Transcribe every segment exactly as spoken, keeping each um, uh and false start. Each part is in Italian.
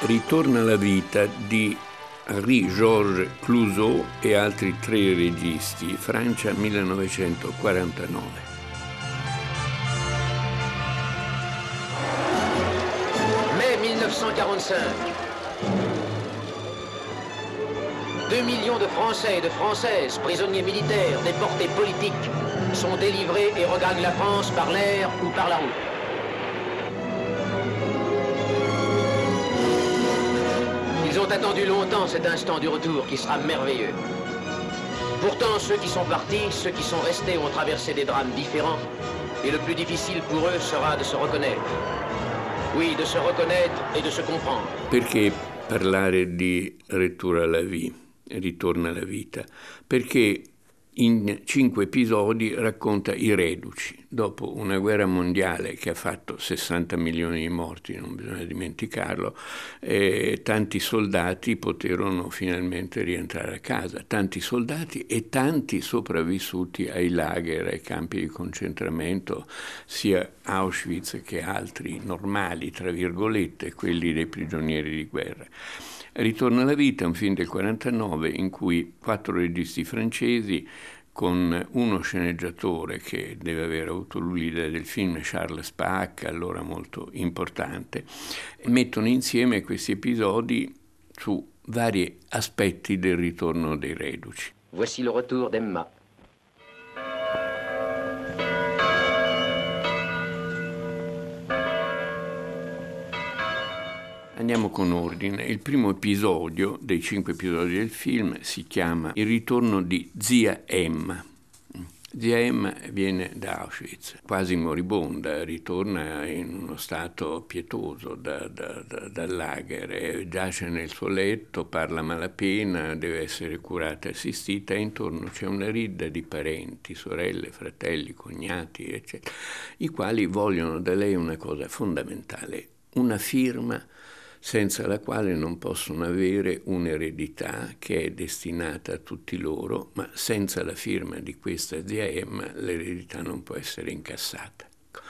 Ritorna alla vita di Henri-Georges Clouzot e altri tre registi, Francia millenovecentoquarantanove. mai milleneuf-cent-quarante-cinq. Deux millions de Français et de Françaises, prisonniers militaires, déportés politiques, sont délivrés et regagnent la France par l'air ou par la route. Ils ont attendu longtemps cet instant du retour qui sera merveilleux. Pourtant, ceux qui sont partis, ceux qui sont restés ont traversé des drames différents et le plus difficile pour eux sera de se reconnaître. Oui, de se reconnaître et de se comprendre. Perché parlare di Retour à la vie, ritorno alla vita? Perché in cinque episodi racconta i reduci. Dopo una guerra mondiale che ha fatto sessanta milioni di morti, non bisogna dimenticarlo, eh, tanti soldati poterono finalmente rientrare a casa, tanti soldati e tanti sopravvissuti ai lager, ai campi di concentramento, sia Auschwitz che altri normali, tra virgolette, quelli dei prigionieri di guerra. Ritorno alla vita è un film del quarantanove in cui quattro registi francesi con uno sceneggiatore che deve aver avuto lui l'idea del film, Charles Spaak, allora molto importante, mettono insieme questi episodi su vari aspetti del ritorno dei reduci. Voici le retour d'Emma. Andiamo con ordine. Il primo episodio dei cinque episodi del film si chiama Il ritorno di zia Emma. Zia Emma viene da Auschwitz, quasi moribonda, ritorna in uno stato pietoso da, da, da, dal lager, giace nel suo letto, parla a malapena, deve essere curata e assistita e intorno c'è una ridda di parenti, sorelle, fratelli, cognati, eccetera, i quali vogliono da lei una cosa fondamentale, una firma senza la quale non possono avere un'eredità che è destinata a tutti loro, ma senza la firma di questa zia Emma l'eredità non può essere incassata.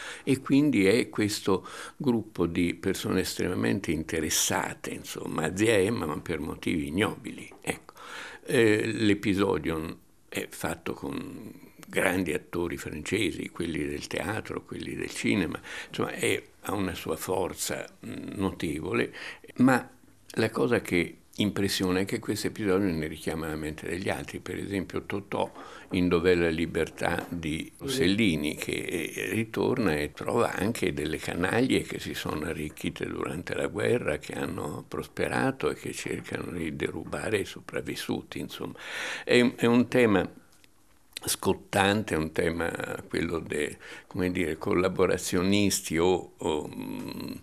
E quindi è questo gruppo di persone estremamente interessate, insomma, a zia Emma, ma per motivi ignobili. Ecco. Eh, l'episodio è fatto con grandi attori francesi, quelli del teatro, quelli del cinema, insomma è, ha una sua forza notevole, ma la cosa che impressiona è che questo episodio ne richiama la mente degli altri, per esempio Totò in Dov'è la libertà di Rossellini, che ritorna e trova anche delle canaglie che si sono arricchite durante la guerra, che hanno prosperato e che cercano di derubare i sopravvissuti, insomma. È, è un tema scottante, è un tema, quello dei, come dire, collaborazionisti o, o mh,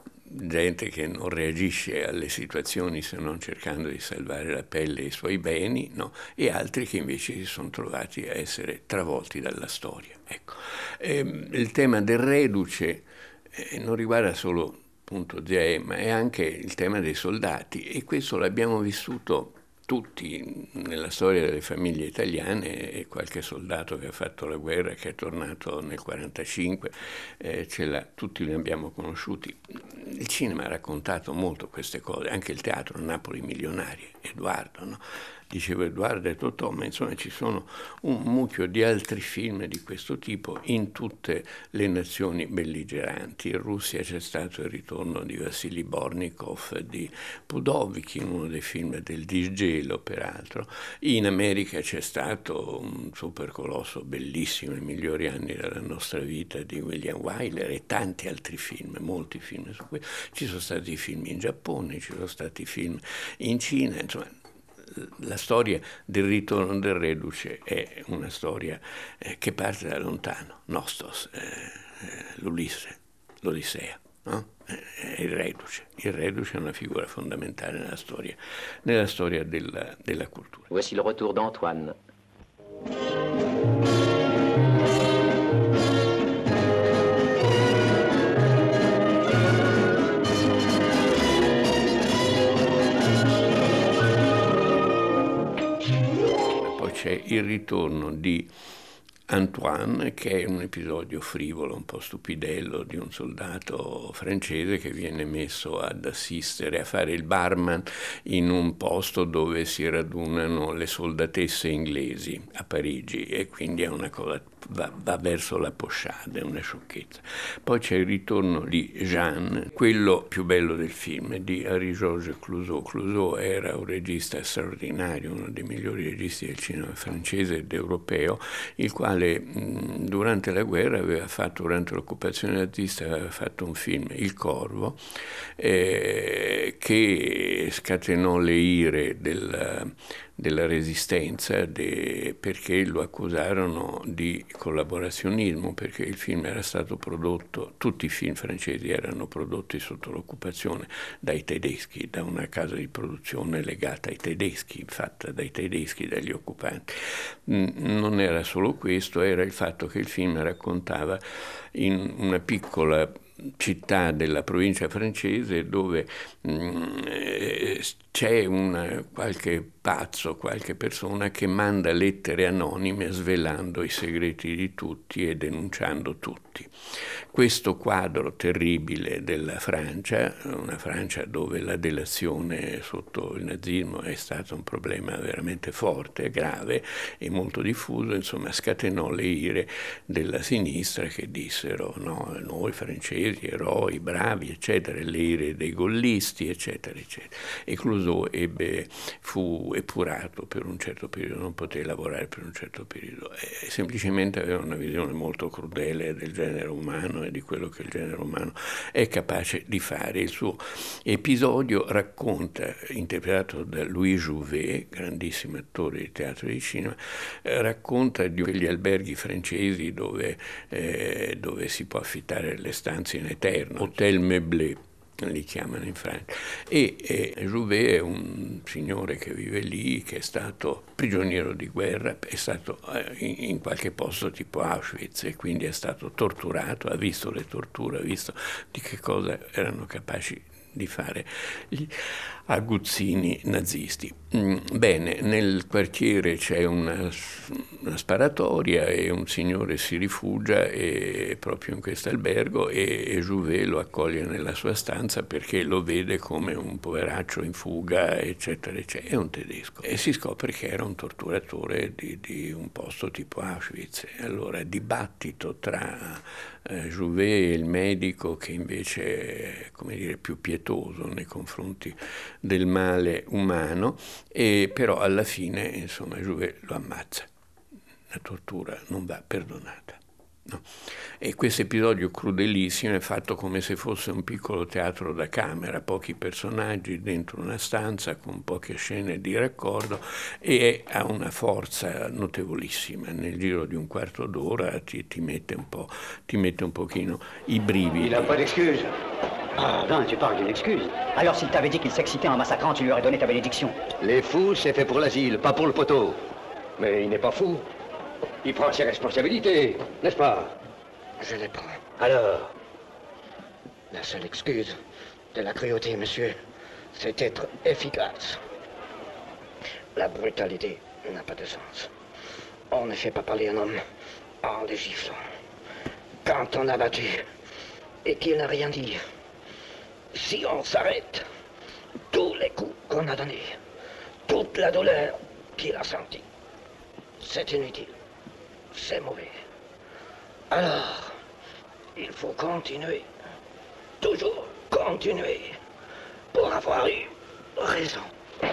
gente che non reagisce alle situazioni se non cercando di salvare la pelle e i suoi beni, no? E altri che invece si sono trovati a essere travolti dalla storia. Ecco. Ehm, il tema del reduce eh, non riguarda solo appunto zia Emma, è anche il tema dei soldati, e questo l'abbiamo vissuto tutti nella storia delle famiglie italiane, e qualche soldato che ha fatto la guerra, che è tornato nel quarantacinque, eh, ce l'ha, tutti li abbiamo conosciuti. Il cinema ha raccontato molto queste cose, anche il teatro, Napoli milionaria, Edoardo, no? Dicevo Edoardo e Totò, ma insomma ci sono un mucchio di altri film di questo tipo in tutte le nazioni belligeranti. In Russia c'è stato il ritorno di Vassili Bornikov, di Pudovkin, uno dei film del disgelo peraltro. In America c'è stato un supercolosso bellissimo, I migliori anni della nostra vita di William Wyler, e tanti altri film, molti film su questo. Ci sono stati film in Giappone, ci sono stati film in Cina, insomma. La storia del ritorno del reduce è una storia eh, che parte da lontano, Nostos, eh, eh, l'Ulisse, l'Odissea, no? Eh, il reduce. Il reduce è una figura fondamentale nella storia, nella storia della, della cultura. Voici le retour d'Antoine. C'è il ritorno di Antoine, che è un episodio frivolo, un po' stupidello, di un soldato francese che viene messo ad assistere, a fare il barman in un posto dove si radunano le soldatesse inglesi a Parigi, e quindi è una cosa, va, va verso la pochade, è una sciocchezza. Poi c'è il ritorno di Jeanne, quello più bello del film, di Henri-Georges Clouzot. Clouzot era un regista straordinario, uno dei migliori registi del cinema francese ed europeo, il quale mh, durante la guerra aveva fatto, durante l'occupazione nazista, aveva fatto un film, Il Corvo, eh, che scatenò le ire del, della resistenza, de, perché lo accusarono di collaborazionismo, perché il film era stato prodotto, tutti i film francesi erano prodotti sotto l'occupazione dai tedeschi, da una casa di produzione legata ai tedeschi, fatta dai tedeschi, dagli occupanti. Non era solo questo, era il fatto che il film raccontava in una piccola città della provincia francese dove mh, c'è una, qualche pazzo, qualche persona che manda lettere anonime svelando i segreti di tutti e denunciando tutti. Questo quadro terribile della Francia, una Francia dove la delazione sotto il nazismo è stato un problema veramente forte, grave e molto diffuso, insomma scatenò le ire della sinistra che dissero no, noi francesi, eroi, bravi, eccetera, le ire dei gollisti, eccetera, eccetera. E Clouzot ebbe, fu epurato per un certo periodo, non poté lavorare per un certo periodo, e semplicemente aveva una visione molto crudele del genere umano e di quello che il genere umano è capace di fare. Il suo episodio racconta, interpretato da Louis Jouvet, grandissimo attore di teatro e di cinema, eh, racconta di quegli alberghi francesi dove, eh, dove si può affittare le stanze in eterno, hotel meublé li chiamano in Francia, e eh, Jouvet è un signore che vive lì, che è stato prigioniero di guerra, è stato eh, in, in qualche posto tipo Auschwitz, e quindi è stato torturato, ha visto le torture, ha visto di che cosa erano capaci di fare gli aguzzini nazisti. Bene, nel quartiere c'è una, una sparatoria e un signore si rifugia e, proprio in questo albergo, e, e Jouvet lo accoglie nella sua stanza perché lo vede come un poveraccio in fuga, eccetera, eccetera. È un tedesco e si scopre che era un torturatore di, di un posto tipo Auschwitz. Allora, dibattito tra eh, Jouvet e il medico, che invece è, come dire, più pietoso nei confronti del male umano, e però alla fine, insomma, Jouvet lo ammazza. La tortura non va perdonata. No. E questo episodio crudelissimo è fatto come se fosse un piccolo teatro da camera, pochi personaggi dentro una stanza con poche scene di raccordo, e ha una forza notevolissima. Nel giro di un quarto d'ora ti, ti mette un po', ti mette un pochino i brividi. Il n'a pas d'excuse. Ah non, tu parles d'une excuse. Alors s'il t'avait dit qu'il s'excitait en massacrant, tu lui aurais donné ta bénédiction. Les fous, c'est fait pour l'asile, pas pour le poteau. Mais il n'est pas fou. Il prend ses responsabilités, n'est-ce pas? Je les prends. Alors? La seule excuse de la cruauté, monsieur, c'est être efficace. La brutalité n'a pas de sens. On ne fait pas parler un homme en le giflant. Quand on l'a battu et qu'il n'a rien dit, si on s'arrête, tous les coups qu'on a donnés, toute la douleur qu'il a sentie, c'est inutile. C'est mauvais. Alors, il faut continuer. Toujours continuer. Pour avoir eu raison.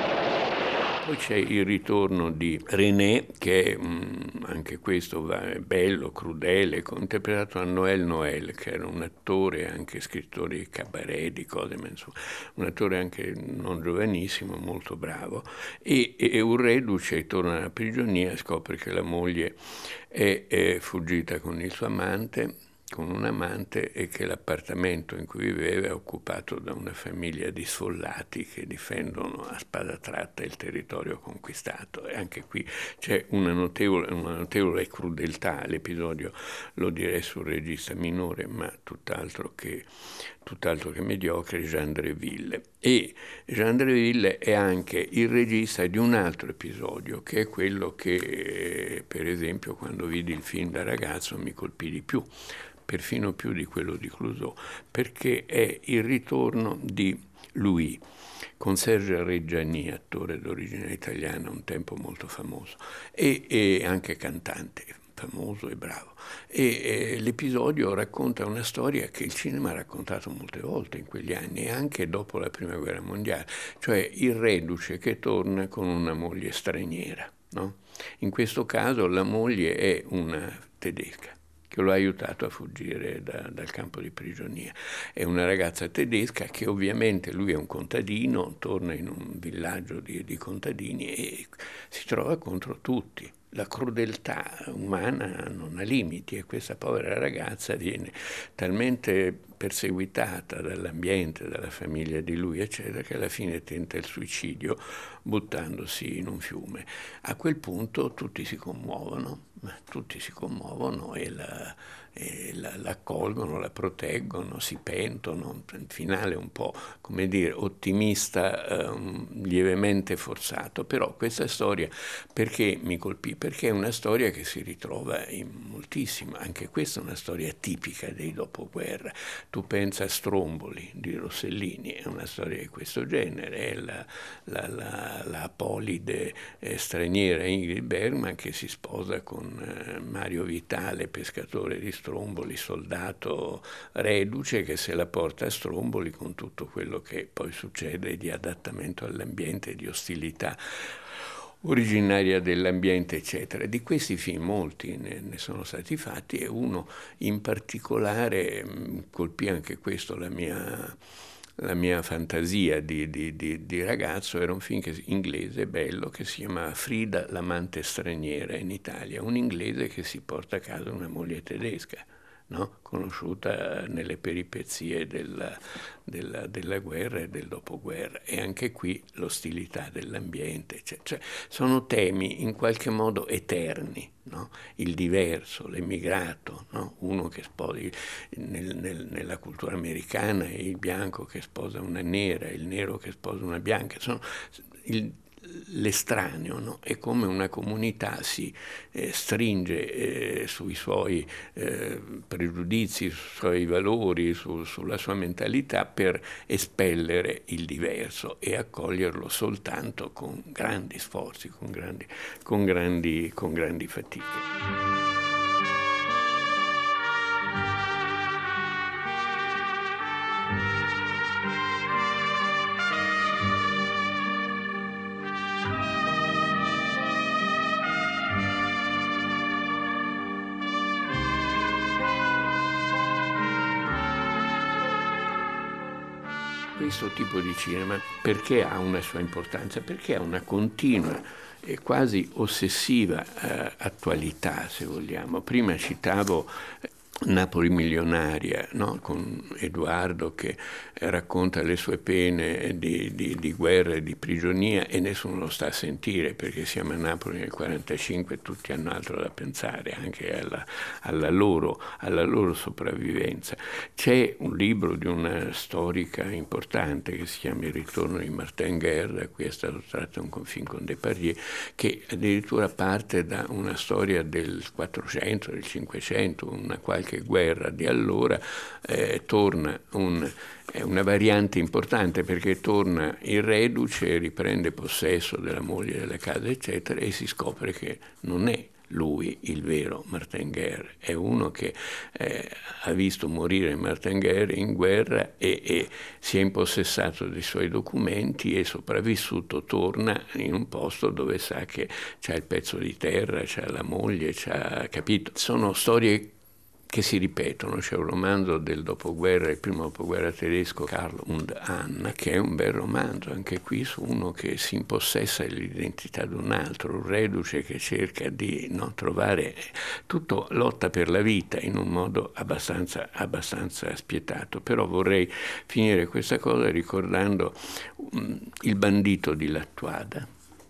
Poi c'è il ritorno di René, che mh, anche questo va, è bello, crudele, interpretato da Noël Noël, che era un attore, anche scrittore di cabaret, di cose, ma insomma, un attore anche non giovanissimo, molto bravo. E, e un reduce torna alla prigionia, scopre che la moglie è, è fuggita con il suo amante, con un amante, e che l'appartamento in cui viveva è occupato da una famiglia di sfollati che difendono a spada tratta il territorio conquistato. E anche qui c'è una notevole, una notevole crudeltà. L'episodio lo direi sul regista minore, ma tutt'altro che, tutt'altro che mediocre, Jean Dreville. E Jean Dreville è anche il regista di un altro episodio, che è quello che, per esempio, quando vidi il film da ragazzo mi colpì di più, perfino più di quello di Clouseau, perché è il ritorno di Louis, con Serge Reggiani, attore d'origine italiana, un tempo molto famoso, e, e anche cantante famoso e bravo. E, e l'episodio racconta una storia che il cinema ha raccontato molte volte in quegli anni, e anche dopo la Prima Guerra Mondiale, cioè il reduce che torna con una moglie straniera, no? In questo caso la moglie è una tedesca che lo ha aiutato a fuggire da, dal campo di prigionia. È una ragazza tedesca che ovviamente, lui è un contadino, torna in un villaggio di, di contadini e si trova contro tutti. La crudeltà umana non ha limiti e questa povera ragazza viene talmente perseguitata dall'ambiente, dalla famiglia di lui, eccetera, che alla fine tenta il suicidio buttandosi in un fiume. A quel punto tutti si commuovono, tutti si commuovono e la, e la, la accolgono, la proteggono, si pentono. Il finale un po', come dire, ottimista, um, lievemente forzato, però questa storia perché mi colpì? Perché è una storia che si ritrova in moltissimo, anche questa è una storia tipica dei dopoguerra. Tu pensa a Stromboli di Rossellini, è una storia di questo genere, è la, la, la, la apolide eh, straniera Ingrid Bergman che si sposa con eh, Mario Vitale, pescatore di Stromboli, soldato reduce, che se la porta a Stromboli con tutto quello che poi succede di adattamento all'ambiente, di ostilità originaria dell'ambiente, eccetera. Di questi film molti ne, ne sono stati fatti e uno in particolare mh, colpì anche questo la mia, la mia fantasia di, di, di, di ragazzo. Era un film che, inglese bello che si chiama Frida l'amante straniera in Italia, un inglese che si porta a casa una moglie tedesca, no? Conosciuta nelle peripezie della, della, della guerra e del dopoguerra, e anche qui l'ostilità dell'ambiente, cioè, cioè, sono temi in qualche modo eterni, no? Il diverso, l'emigrato, no? Uno che sposa nel, nel, nella cultura americana, il bianco che sposa una nera, il nero che sposa una bianca, sono il l'estraneo, no? È come una comunità si eh, stringe eh, sui suoi eh, pregiudizi, sui suoi valori, su, sulla sua mentalità per espellere il diverso e accoglierlo soltanto con grandi sforzi, con grandi, con grandi, con grandi fatiche. Questo tipo di cinema perché ha una sua importanza? Perché ha una continua e quasi ossessiva eh, attualità, se vogliamo. Prima citavo Napoli milionaria, no? Con Edoardo che racconta le sue pene di, di, di guerra e di prigionia e nessuno lo sta a sentire perché siamo a Napoli nel quarantacinque e tutti hanno altro da pensare, anche alla, alla, loro, alla loro sopravvivenza. C'è un libro di una storica importante che si chiama Il ritorno di Martin Guerre, da cui è stato tratto un film con Depardieu, che addirittura parte da una storia del quattrocento, del cinquecento, una qualche guerra di allora, eh, torna un, è una variante importante perché torna il reduce, riprende possesso della moglie, della casa, eccetera, e si scopre che non è lui il vero Martin Guerre, è uno che eh, ha visto morire Martin Guerre in guerra e, e si è impossessato dei suoi documenti e sopravvissuto torna in un posto dove sa che c'ha il pezzo di terra, c'ha la moglie, c'ha, capito? Sono storie che si ripetono. C'è un romanzo del dopoguerra, il primo dopoguerra tedesco, Karl und Anna, che è un bel romanzo, anche qui su uno che si impossessa dell'identità di un altro, un reduce che cerca di no, trovare, tutto lotta per la vita in un modo abbastanza, abbastanza spietato. Però vorrei finire questa cosa ricordando um, Il bandito di Lattuada,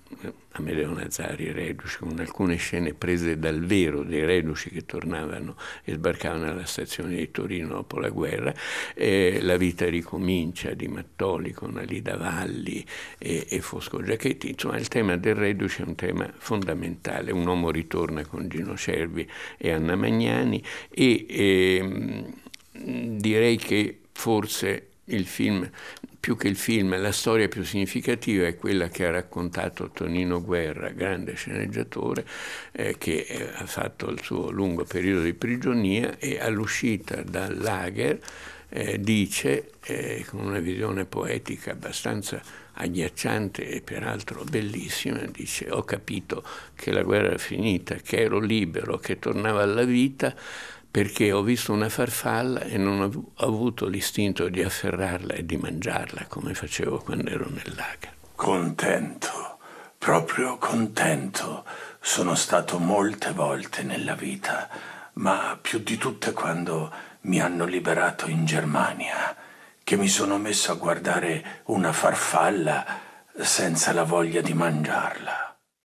Amedeo Nazzari, reduce, con alcune scene prese dal vero dei reduci che tornavano e sbarcavano alla stazione di Torino dopo la guerra. Eh, La vita ricomincia di Mattoli con Alida Valli e, e Fosco Giachetti. Insomma, il tema del reduce è un tema fondamentale. Un uomo ritorna con Gino Cervi e Anna Magnani e ehm, direi che forse il film, più che il film, la storia più significativa è quella che ha raccontato Tonino Guerra, grande sceneggiatore, eh, che eh, ha fatto il suo lungo periodo di prigionia e all'uscita dal lager eh, dice, eh, con una visione poetica abbastanza agghiacciante e peraltro bellissima, dice: ho capito che la guerra è finita, che ero libero, che tornavo alla vita, perché ho visto una farfalla e non ho avuto l'istinto di afferrarla e di mangiarla come facevo quando ero nel lager. Contento, proprio contento. Sono stato molte volte nella vita, ma più di tutte quando mi hanno liberato in Germania, che mi sono messo a guardare una farfalla senza la voglia di mangiarla.